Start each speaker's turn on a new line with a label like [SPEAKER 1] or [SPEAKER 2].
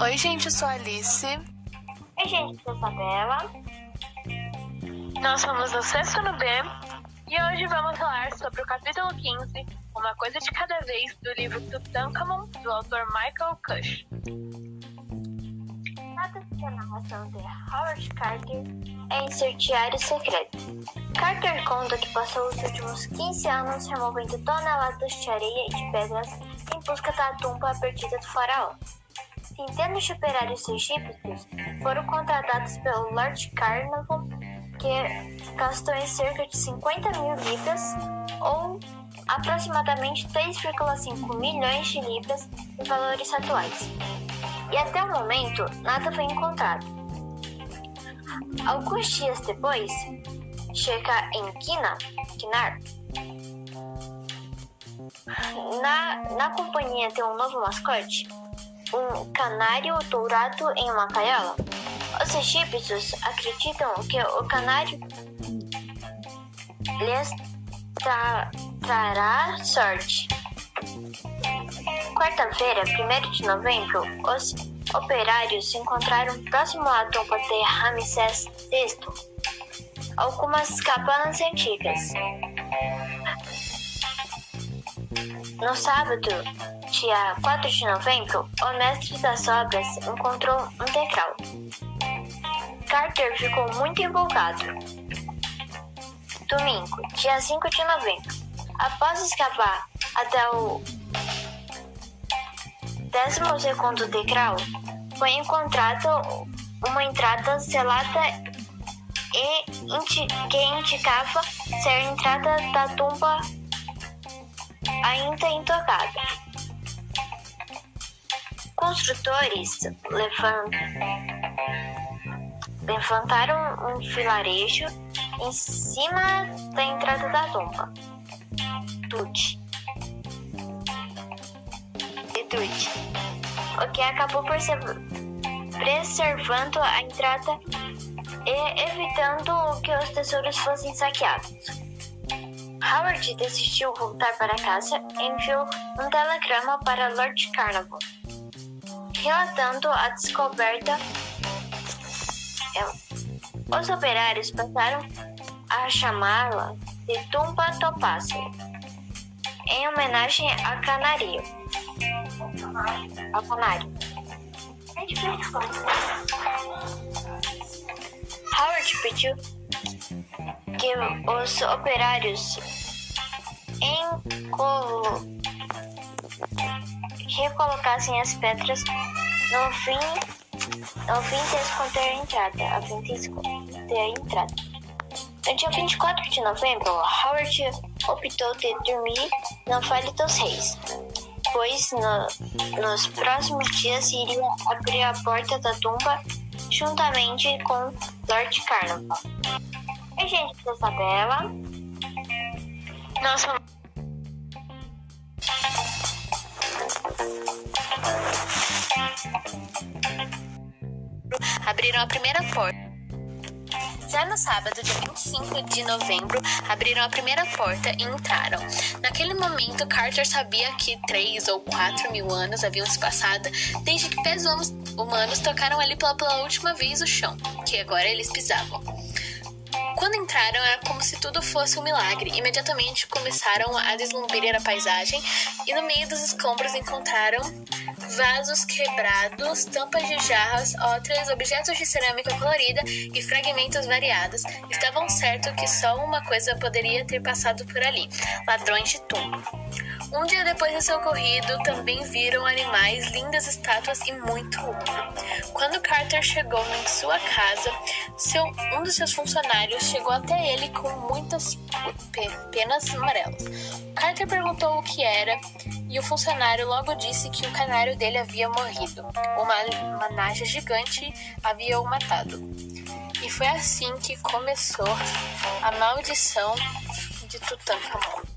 [SPEAKER 1] Oi, gente, eu sou a Alice.
[SPEAKER 2] Oi, gente, eu sou a Isabela.
[SPEAKER 1] Nós somos do sexto no B e hoje vamos falar sobre o capítulo 15, Uma Coisa de Cada Vez, do livro Tutankhamon, do autor Michael Cush.
[SPEAKER 2] Trata-se da narração de Howard Carter em seu diário secreto. Carter conta que passou os últimos 15 anos removendo toneladas de areia e de pedras em busca da tumba perdida do faraó. Centenas de operários egípcios foram contratados pelo Lord Carnarvon, que gastou em cerca de 50 mil libras, ou aproximadamente 3,5 milhões de libras em valores atuais. E até o momento, nada foi encontrado. Alguns dias depois, chega em Quinar. Na companhia de um novo mascote, um canário dourado em uma gaiola. Os egípcios acreditam que o canário lhes trará sorte. Quarta-feira, 1º de novembro, os operários encontraram próximo à tumba de Ramsés VI algumas cabanas antigas. No sábado, dia 4 de novembro, o mestre das obras encontrou um degrau. Carter ficou muito empolgado. Domingo, dia 5 de novembro, após escavar até o 12º degrau, foi encontrado uma entrada selada que indicava ser a entrada da tumba ainda intocada. Construtores levantaram um vilarejo em cima da entrada da tumba. Tut, o que acabou preservando a entrada e evitando que os tesouros fossem saqueados. Howard decidiu voltar para casa e enviou um telegrama para Lord Carnarvon, relatando a descoberta. Os operários passaram a chamá-la de Tumba do Pássaro, em homenagem ao canário. Howard pediu que os operários recolocassem as pedras no fim de esconder a entrada. No dia 24 de novembro, Howard optou de dormir no Vale dos Reis, pois nos próximos dias iria abrir a porta da tumba juntamente com Lord Carnarvon. Oi, gente, eu sou a Isabela.
[SPEAKER 1] Nossa. Abriram a primeira porta. Já no sábado, dia 25 de novembro, abriram a primeira porta e entraram. Naquele momento, Carter sabia que 3 ou 4 mil anos haviam se passado desde que pés humanos tocaram ali pela última vez o chão, que agora eles pisavam. Quando entraram, era como se tudo fosse um milagre. Imediatamente começaram a deslumbrar a paisagem e no meio dos escombros encontraram vasos quebrados, tampas de jarras, outras, objetos de cerâmica colorida e fragmentos variados. Estavam certos que só uma coisa poderia ter passado por ali: ladrões de tumba. Um dia depois desse ocorrido, também viram animais, lindas estátuas e muito ouro. Quando Carter chegou em sua casa, um dos seus funcionários chegou até ele com muitas penas amarelas. Carter perguntou o que era e o funcionário logo disse que o canário dele havia morrido. Uma naja gigante havia o matado. E foi assim que começou a maldição de Tutankhamon.